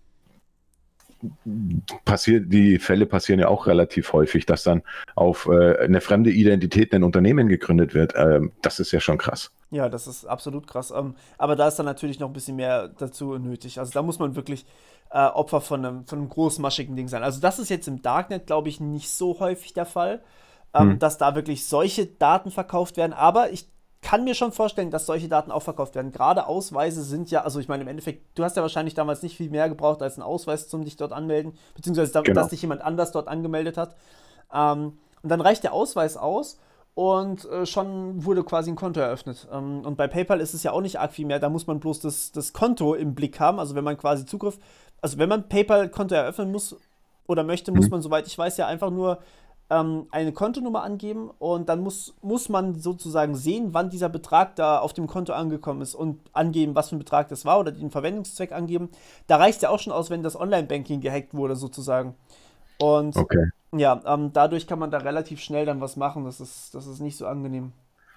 passiert, die Fälle passieren ja auch relativ häufig, dass dann auf äh, eine fremde Identität ein Unternehmen gegründet wird. Ähm, das ist ja schon krass. Ja, das ist absolut krass. Ähm, aber da ist dann natürlich noch ein bisschen mehr dazu nötig. Also da muss man wirklich äh, Opfer von einem, von einem großmaschigen Ding sein. Also das ist jetzt im Darknet, glaube ich, nicht so häufig der Fall, Hm. ähm, dass da wirklich solche Daten verkauft werden. Aber ich kann mir schon vorstellen, dass solche Daten auch verkauft werden. Gerade Ausweise sind ja, also ich meine, im Endeffekt, du hast ja wahrscheinlich damals nicht viel mehr gebraucht als einen Ausweis zum dich dort anmelden, beziehungsweise da, dass Genau. dich jemand anders dort angemeldet hat. Ähm, und dann reicht der Ausweis aus und äh, schon wurde quasi ein Konto eröffnet. Ähm, und bei PayPal ist es ja auch nicht arg viel mehr, da muss man bloß das, das Konto im Blick haben. Also wenn man quasi Zugriff, also wenn man PayPal-Konto eröffnen muss oder möchte, muss Mhm. man, soweit ich weiß, ja einfach nur ähm, eine Kontonummer angeben und dann muss, muss man sozusagen sehen, wann dieser Betrag da auf dem Konto angekommen ist und angeben, was für ein Betrag das war oder den Verwendungszweck angeben. Da reicht es ja auch schon aus, wenn das Online-Banking gehackt wurde, sozusagen. Und Okay. ja, ähm, dadurch kann man da relativ schnell dann was machen. Das ist, das ist nicht so angenehm.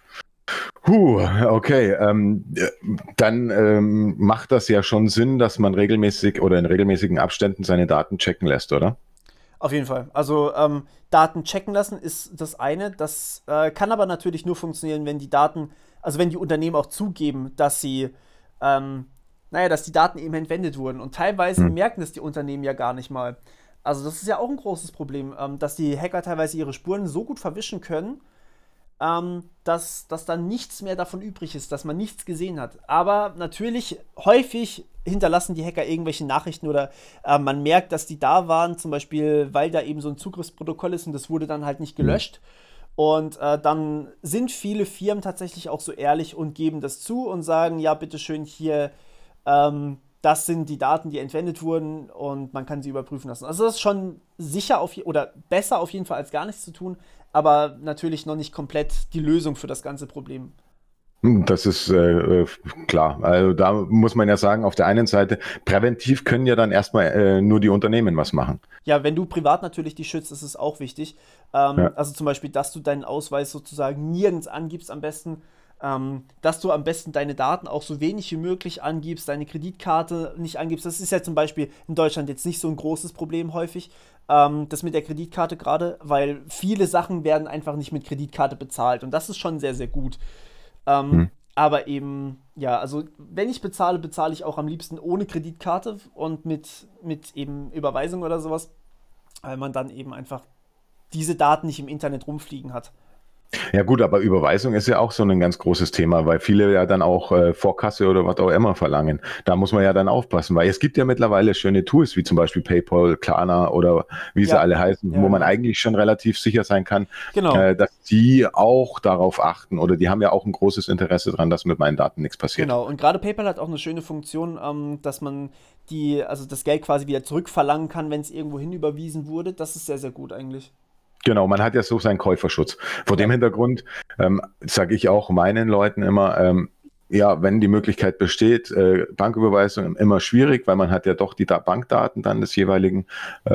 Puh, okay. Ähm, äh, dann ähm, macht das ja schon Sinn, dass man regelmäßig oder in regelmäßigen Abständen seine Daten checken lässt, oder? Auf jeden Fall. Also ähm, Daten checken lassen ist das eine. Das äh, kann aber natürlich nur funktionieren, wenn die Daten, also wenn die Unternehmen auch zugeben, dass sie, ähm, naja, dass die Daten eben entwendet wurden. Und teilweise Hm. merken das die Unternehmen ja gar nicht mal. Also das ist ja auch ein großes Problem, ähm, dass die Hacker teilweise ihre Spuren so gut verwischen können, ähm, dass, dass dann nichts mehr davon übrig ist, dass man nichts gesehen hat. Aber natürlich, häufig hinterlassen die Hacker irgendwelche Nachrichten oder äh, man merkt, dass die da waren, zum Beispiel, weil da eben so ein Zugriffsprotokoll ist und das wurde dann halt nicht Hm. gelöscht. Und äh, dann sind viele Firmen tatsächlich auch so ehrlich und geben das zu und sagen, ja, bitteschön, hier, ähm, das sind die Daten, die entwendet wurden und man kann sie überprüfen lassen. Also das ist schon sicher auf je oder besser auf jeden Fall als gar nichts zu tun, aber natürlich noch nicht komplett die Lösung für das ganze Problem. Das ist äh, äh, klar. Also da muss man ja sagen, auf der einen Seite, präventiv können ja dann erstmal äh, nur die Unternehmen was machen. Ja, wenn du privat natürlich die schützt, ist es auch wichtig. Ähm, Ja. also zum Beispiel, dass du deinen Ausweis sozusagen nirgends angibst am besten. Ähm, dass du am besten deine Daten auch so wenig wie möglich angibst, deine Kreditkarte nicht angibst. Das ist ja zum Beispiel in Deutschland jetzt nicht so ein großes Problem häufig, ähm, das mit der Kreditkarte gerade, weil viele Sachen werden einfach nicht mit Kreditkarte bezahlt und das ist schon sehr, sehr gut. Hm. Ähm, aber eben, ja, also wenn ich bezahle, bezahle ich auch am liebsten ohne Kreditkarte und mit, mit eben Überweisung oder sowas, weil man dann eben einfach diese Daten nicht im Internet rumfliegen hat. Ja gut, aber Überweisung ist ja auch so ein ganz großes Thema, weil viele ja dann auch äh, Vorkasse oder was auch immer verlangen. Da muss man ja dann aufpassen, weil es gibt ja mittlerweile schöne Tools, wie zum Beispiel PayPal, Klarna oder wie sie Ja, alle heißen, ja, wo man genau. eigentlich schon relativ sicher sein kann, Genau, äh, dass die auch darauf achten oder die haben ja auch ein großes Interesse daran, dass mit meinen Daten nichts passiert. genau. Und gerade PayPal hat auch eine schöne Funktion, ähm, dass man die, also das Geld quasi wieder zurückverlangen kann, wenn es irgendwo hin überwiesen wurde. Das ist sehr, sehr gut eigentlich. Genau, man hat ja so seinen Käuferschutz. Vor dem Ja, Hintergrund ähm, sage ich auch meinen Leuten immer, ähm, ja, wenn die Möglichkeit besteht, äh, Banküberweisung immer schwierig, weil man hat ja doch die Da- Bankdaten dann des jeweiligen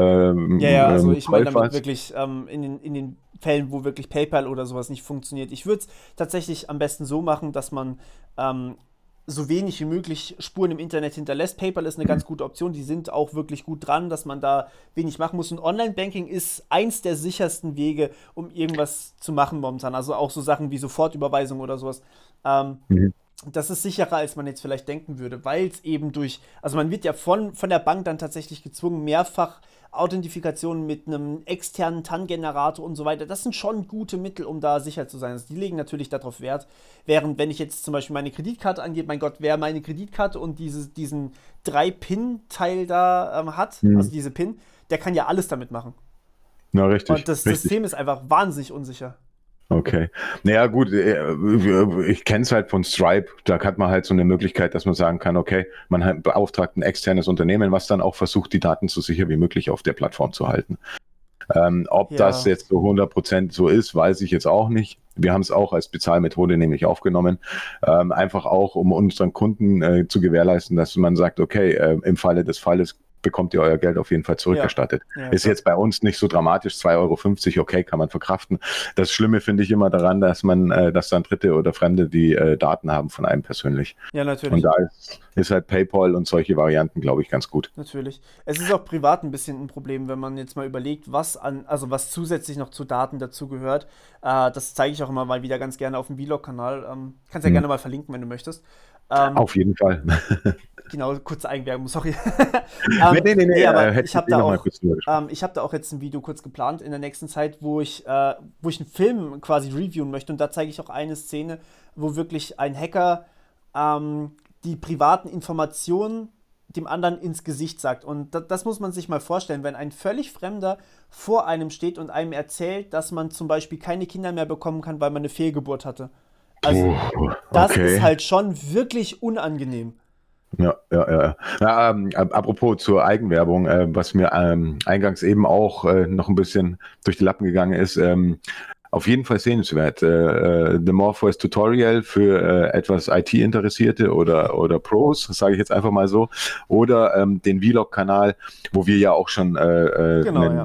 ja, ähm, ja, also ähm, ich meine damit Käufers. wirklich ähm, in den, in den Fällen, wo wirklich PayPal oder sowas nicht funktioniert. Ich würde es tatsächlich am besten so machen, dass man ähm, so wenig wie möglich Spuren im Internet hinterlässt. PayPal ist eine ganz gute Option, die sind auch wirklich gut dran, dass man da wenig machen muss. Und Online-Banking ist eins der sichersten Wege, um irgendwas zu machen momentan. Also auch so Sachen wie Sofortüberweisung oder sowas. Ähm, Mhm. Das ist sicherer, als man jetzt vielleicht denken würde, weil es eben durch, also man wird ja von, von der Bank dann tatsächlich gezwungen, mehrfach Authentifikationen mit einem externen T A N-Generator und so weiter. Das sind schon gute Mittel, um da sicher zu sein. Also die legen natürlich darauf Wert. Während, wenn ich jetzt zum Beispiel meine Kreditkarte angebe, mein Gott, wer meine Kreditkarte und diese, diesen drei Pin-Teil da ähm, hat, also Mhm. diese Pin, der kann ja alles damit machen. Na, Und richtig, das richtig. System ist einfach wahnsinnig unsicher. Okay. Naja, gut, äh, ich kenne es halt von Stripe. Da hat man halt so eine Möglichkeit, dass man sagen kann, okay, man hat beauftragt ein externes Unternehmen, was dann auch versucht, die Daten so sicher wie möglich auf der Plattform zu halten. Ähm, ob das Ja, jetzt so hundert Prozent so ist, weiß ich jetzt auch nicht. Wir haben es auch als Bezahlmethode nämlich aufgenommen, ähm, einfach auch, um unseren Kunden äh, zu gewährleisten, dass man sagt, okay, äh, im Falle des Falles bekommt ihr euer Geld auf jeden Fall ja, zurückerstattet. ja, Ist klar. jetzt bei uns nicht so dramatisch, zwei Euro fünfzig, okay, kann man verkraften. Das Schlimme finde ich immer daran, dass man, äh, dass dann Dritte oder Fremde die äh, Daten haben von einem persönlich. Ja, Und natürlich. da ist, ist halt PayPal und solche Varianten, glaube ich, ganz gut. Natürlich. Es ist auch privat ein bisschen ein Problem, wenn man jetzt mal überlegt, was an, also was zusätzlich noch zu Daten dazugehört. Äh, das zeige ich auch immer mal wieder ganz gerne auf dem Vlog-Kanal. Ähm, kannst ja Hm. gerne mal verlinken, wenn du möchtest. Ähm, Auf jeden Fall. genau, kurze Eigenwerbung, sorry. Nee, ähm, nee, nee, nee, nee, äh, aber hätte ich ich habe eh da noch mal auch, kurz drüber gesprochen. ähm, ich habe da auch jetzt ein Video kurz geplant in der nächsten Zeit, wo ich, äh, wo ich einen Film quasi reviewen möchte. Und da zeige ich auch eine Szene, wo wirklich ein Hacker ähm, die privaten Informationen dem anderen ins Gesicht sagt. Und das, das muss man sich mal vorstellen, wenn ein völlig Fremder vor einem steht und einem erzählt, dass man zum Beispiel keine Kinder mehr bekommen kann, weil man eine Fehlgeburt hatte. Also, Puh, das ist okay. halt schon wirklich unangenehm. Ja, ja, ja. Ja, ähm, ap- apropos zur Eigenwerbung, äh, was mir ähm, eingangs eben auch äh, noch ein bisschen durch die Lappen gegangen ist, ähm, auf jeden Fall sehenswert. Äh, äh, The Morpheus Tutorial für äh, etwas I T-Interessierte oder, oder Pros, sage ich jetzt einfach mal so. Oder ähm, den Vlog-Kanal, wo wir ja auch schon äh, äh, Genau, einen ja.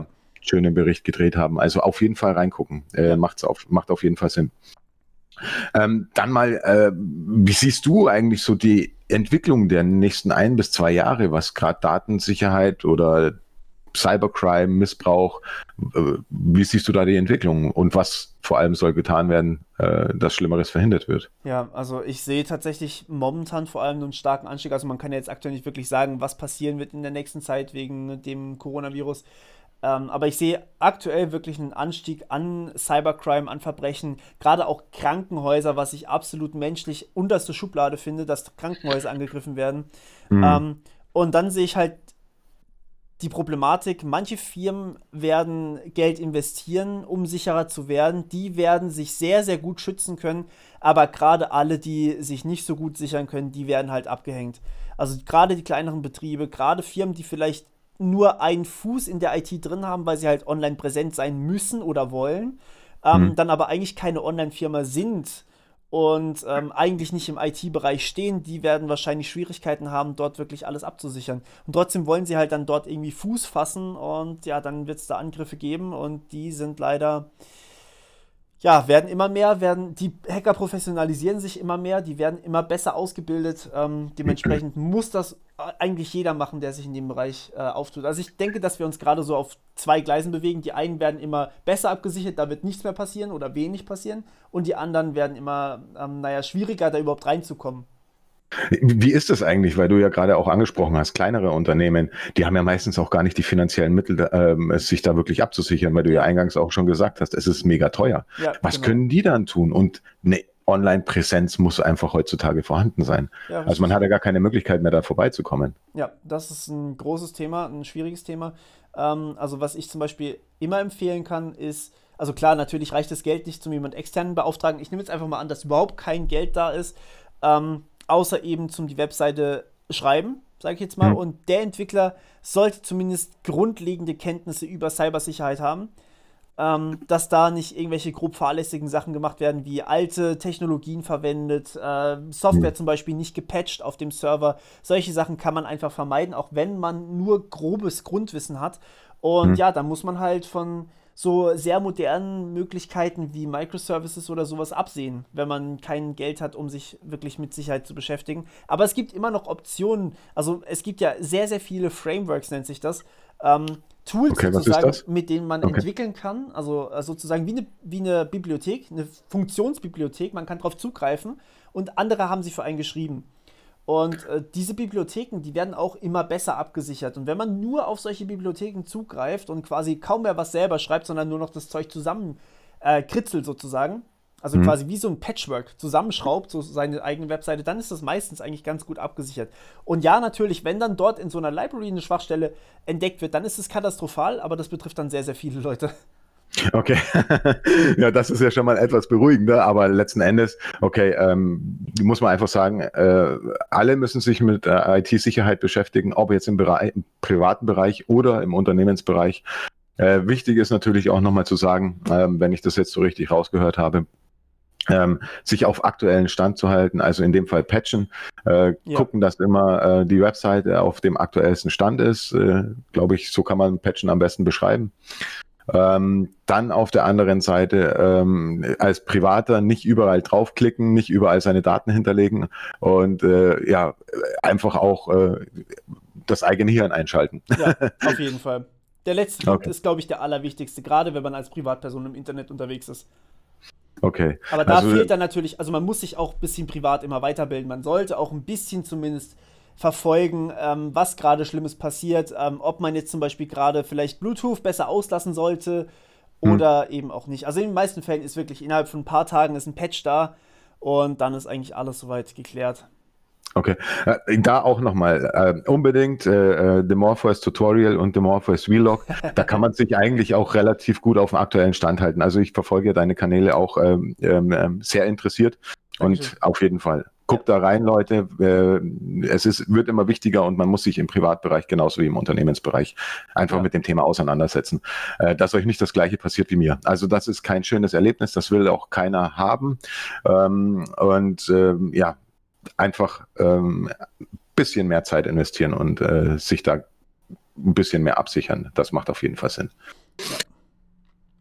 schönen Bericht gedreht haben. Also auf jeden Fall reingucken. Äh, macht's auf, macht auf jeden Fall Sinn. Ähm, dann mal, äh, wie siehst du eigentlich so die Entwicklung der nächsten ein bis zwei Jahre, was gerade Datensicherheit oder Cybercrime, Missbrauch, äh, wie siehst du da die Entwicklung und was vor allem soll getan werden, äh, dass Schlimmeres verhindert wird? Ja, also ich sehe tatsächlich momentan vor allem einen starken Anstieg. Also man kann ja jetzt aktuell nicht wirklich sagen, was passieren wird in der nächsten Zeit wegen dem Coronavirus. Ähm, aber ich sehe aktuell wirklich einen Anstieg an Cybercrime, an Verbrechen, gerade auch Krankenhäuser, was ich absolut menschlich unterste Schublade finde, dass Krankenhäuser angegriffen werden. Mhm. Ähm, und dann sehe ich halt die Problematik, manche Firmen werden Geld investieren, um sicherer zu werden. Die werden sich sehr, sehr gut schützen können, aber gerade alle, die sich nicht so gut sichern können, die werden halt abgehängt. Also gerade die kleineren Betriebe, gerade Firmen, die vielleicht nur einen Fuß in der I T drin haben, weil sie halt online präsent sein müssen oder wollen, ähm, Mhm. dann aber eigentlich keine Online-Firma sind und ähm, eigentlich nicht im I T-Bereich stehen, die werden wahrscheinlich Schwierigkeiten haben, dort wirklich alles abzusichern. Und trotzdem wollen sie halt dann dort irgendwie Fuß fassen und ja, dann wird es da Angriffe geben und die sind leider, ja, werden immer mehr, werden, die Hacker professionalisieren sich immer mehr, die werden immer besser ausgebildet. Ähm, dementsprechend muss das eigentlich jeder machen, der sich in dem Bereich äh, auftut. Also ich denke, dass wir uns gerade so auf zwei Gleisen bewegen. Die einen werden immer besser abgesichert, da wird nichts mehr passieren oder wenig passieren. Und die anderen werden immer, ähm, naja, schwieriger, da überhaupt reinzukommen. Wie ist das eigentlich, weil du ja gerade auch angesprochen hast, kleinere Unternehmen, die haben ja meistens auch gar nicht die finanziellen Mittel, ähm, es sich da wirklich abzusichern, weil du ja Ja, eingangs auch schon gesagt hast, es ist mega teuer. ja, Was genau. können die dann tun? Und eine Online-Präsenz muss einfach heutzutage vorhanden sein. Ja, Also man richtig. hat ja gar keine Möglichkeit mehr, da vorbeizukommen. Ja, das ist ein großes Thema, ein schwieriges Thema. Ähm, also was ich zum Beispiel immer empfehlen kann, ist, also klar, natürlich reicht das Geld nicht zum jemand externen beauftragen. Ich nehme jetzt einfach mal an, dass überhaupt kein Geld da ist, ähm, außer eben zum die Webseite schreiben, sage ich jetzt mal. Hm. Und der Entwickler sollte zumindest grundlegende Kenntnisse über Cybersicherheit haben, ähm, dass da nicht irgendwelche grob fahrlässigen Sachen gemacht werden, wie alte Technologien verwendet, äh, Hm. Software zum Beispiel nicht gepatcht auf dem Server. Solche Sachen kann man einfach vermeiden, auch wenn man nur grobes Grundwissen hat. Und Hm. ja, dann muss man halt von so sehr modernen Möglichkeiten wie Microservices oder sowas absehen, wenn man kein Geld hat, um sich wirklich mit Sicherheit zu beschäftigen. Aber es gibt immer noch Optionen. Also es gibt ja sehr, sehr viele Frameworks, nennt sich das. Ähm, Tools Okay, was ist sozusagen, das? mit denen man Okay. entwickeln kann, also äh, sozusagen wie eine, wie eine Bibliothek, eine Funktionsbibliothek, man kann darauf zugreifen und andere haben sie für einen geschrieben. Und äh, diese Bibliotheken, die werden auch immer besser abgesichert. Und wenn man nur auf solche Bibliotheken zugreift und quasi kaum mehr was selber schreibt, sondern nur noch das Zeug zusammen äh, kritzelt sozusagen, also Hm. quasi wie so ein Patchwork zusammenschraubt, so seine eigene Webseite, dann ist das meistens eigentlich ganz gut abgesichert. Und ja, natürlich, wenn dann dort in so einer Library eine Schwachstelle entdeckt wird, dann ist es katastrophal, aber das betrifft dann sehr, sehr viele Leute. Okay, ja, das ist ja schon mal etwas beruhigender, aber letzten Endes, okay, ähm, muss man einfach sagen, äh, alle müssen sich mit äh, I T-Sicherheit beschäftigen, ob jetzt im, Bereich, im privaten Bereich oder im Unternehmensbereich. Äh, wichtig ist natürlich auch nochmal zu sagen, ähm, wenn ich das jetzt so richtig rausgehört habe, ähm, sich auf aktuellen Stand zu halten, also in dem Fall patchen, äh, Ja, gucken, dass immer äh, die Webseite auf dem aktuellsten Stand ist, äh, glaube ich, so kann man Patchen am besten beschreiben. Ähm, dann auf der anderen Seite ähm, als Privater nicht überall draufklicken, nicht überall seine Daten hinterlegen und äh, ja, einfach auch äh, das eigene Hirn einschalten. ja, auf jeden Fall. Der letzte Punkt Okay, ist, glaube ich, der allerwichtigste, gerade wenn man als Privatperson im Internet unterwegs ist. okay. Aber da Also fehlt dann natürlich, also man muss sich auch ein bisschen privat immer weiterbilden. Man sollte auch ein bisschen zumindest verfolgen, ähm, was gerade Schlimmes passiert, ähm, ob man jetzt zum Beispiel gerade vielleicht Bluetooth besser auslassen sollte hm. oder eben auch nicht. Also in den meisten Fällen ist wirklich innerhalb von ein paar Tagen ist ein Patch da und dann ist eigentlich alles soweit geklärt. Okay, äh, da auch nochmal, äh, unbedingt äh, The Morpheus Tutorial und The Morpheus Vlog, da kann man sich eigentlich auch relativ gut auf den aktuellen Stand halten. Also ich verfolge deine Kanäle auch ähm, ähm, sehr interessiert Dankeschön. und auf jeden Fall. Ja, Guckt da rein, Leute. Äh, es ist, wird immer wichtiger und man muss sich im Privatbereich genauso wie im Unternehmensbereich einfach ja, mit dem Thema auseinandersetzen, äh, dass euch nicht das Gleiche passiert wie mir. Also das ist kein schönes Erlebnis, das will auch keiner haben. Ähm, und ähm, ja, einfach ein ähm, bisschen mehr Zeit investieren und äh, sich da ein bisschen mehr absichern. Das macht auf jeden Fall Sinn. ja.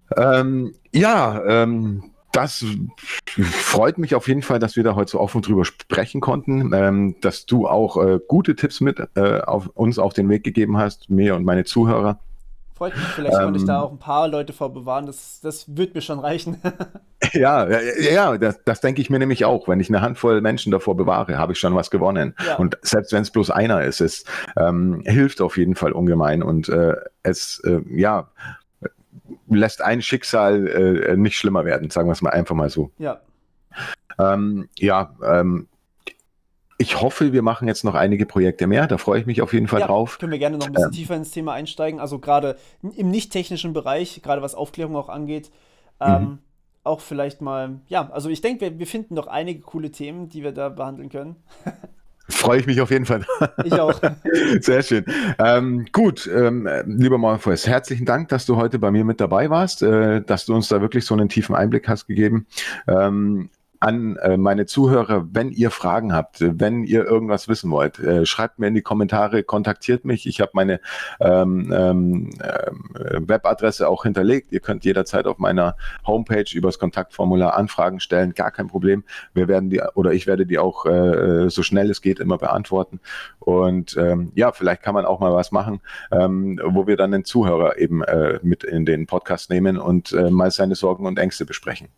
Ähm, ja, ähm, das freut mich auf jeden Fall, dass wir da heute so offen drüber sprechen konnten, ähm, dass du auch äh, gute Tipps mit äh, auf uns auf den Weg gegeben hast, mir und meine Zuhörer. Freut mich, vielleicht konnte ich da Ähm, auch ein paar Leute vor bewahren. Das, das wird mir schon reichen. ja, ja, ja, das, das denke ich mir nämlich auch. Wenn ich eine Handvoll Menschen davor bewahre, habe ich schon was gewonnen. Ja, Und selbst wenn es bloß einer ist, es ähm, hilft auf jeden Fall ungemein und äh, es äh, ja lässt ein Schicksal äh, nicht schlimmer werden, sagen wir es mal einfach mal so. ja. Ähm, ja, ähm, ich hoffe, wir machen jetzt noch einige Projekte mehr. Da freue ich mich auf jeden Fall Ja, drauf. können wir gerne noch ein bisschen Ähm, tiefer ins Thema einsteigen. Also gerade im nicht-technischen Bereich, gerade was Aufklärung auch angeht. mhm. Ähm, auch vielleicht mal, ja, also ich denke, wir, wir finden noch einige coole Themen, die wir da behandeln können. Freue ich mich auf jeden Fall. Ich auch. Sehr schön. Ähm, gut, ähm, lieber Morpheus, herzlichen Dank, dass du heute bei mir mit dabei warst, äh, dass du uns da wirklich so einen tiefen Einblick hast gegeben. Ähm, an äh, meine Zuhörer, wenn ihr Fragen habt, äh, wenn ihr irgendwas wissen wollt, äh, schreibt mir in die Kommentare, kontaktiert mich. Ich habe meine ähm, ähm, äh, Webadresse auch hinterlegt. Ihr könnt jederzeit auf meiner Homepage über das Kontaktformular Anfragen stellen, gar kein Problem. Wir werden die oder ich werde die auch äh, so schnell es geht immer beantworten. Und ähm, ja, vielleicht kann man auch mal was machen, ähm, wo wir dann den Zuhörer eben äh, mit in den Podcast nehmen und äh, mal seine Sorgen und Ängste besprechen.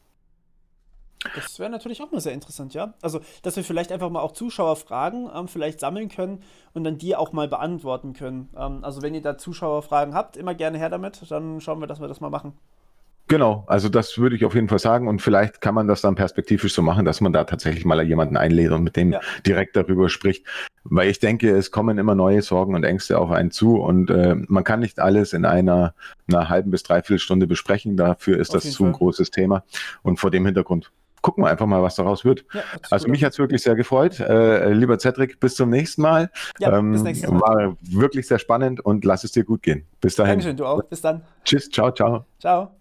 Das wäre natürlich auch mal sehr interessant, ja. Also, dass wir vielleicht einfach mal auch Zuschauerfragen ähm, vielleicht sammeln können und dann die auch mal beantworten können. Ähm, also, wenn ihr da Zuschauerfragen habt, immer gerne her damit. Dann schauen wir, dass wir das mal machen. Genau, also das würde ich auf jeden Fall sagen und vielleicht kann man das dann perspektivisch so machen, dass man da tatsächlich mal jemanden einlädt und mit dem Ja, direkt darüber spricht, weil ich denke, es kommen immer neue Sorgen und Ängste auf einen zu und äh, man kann nicht alles in einer, einer halben bis dreiviertel Stunde besprechen, dafür ist auf das jeden zu ein Fall. großes Thema und vor dem Hintergrund gucken wir einfach mal, was daraus wird. Ja, hört sich Also gut mich an. hat es wirklich sehr gefreut. Äh, lieber Cedric, bis zum nächsten Mal. Ja, bis Ähm, nächstes Mal. war wirklich sehr spannend und lass es dir gut gehen. Bis dahin. Dankeschön, du auch. Bis dann. Tschüss, ciao, ciao. Ciao.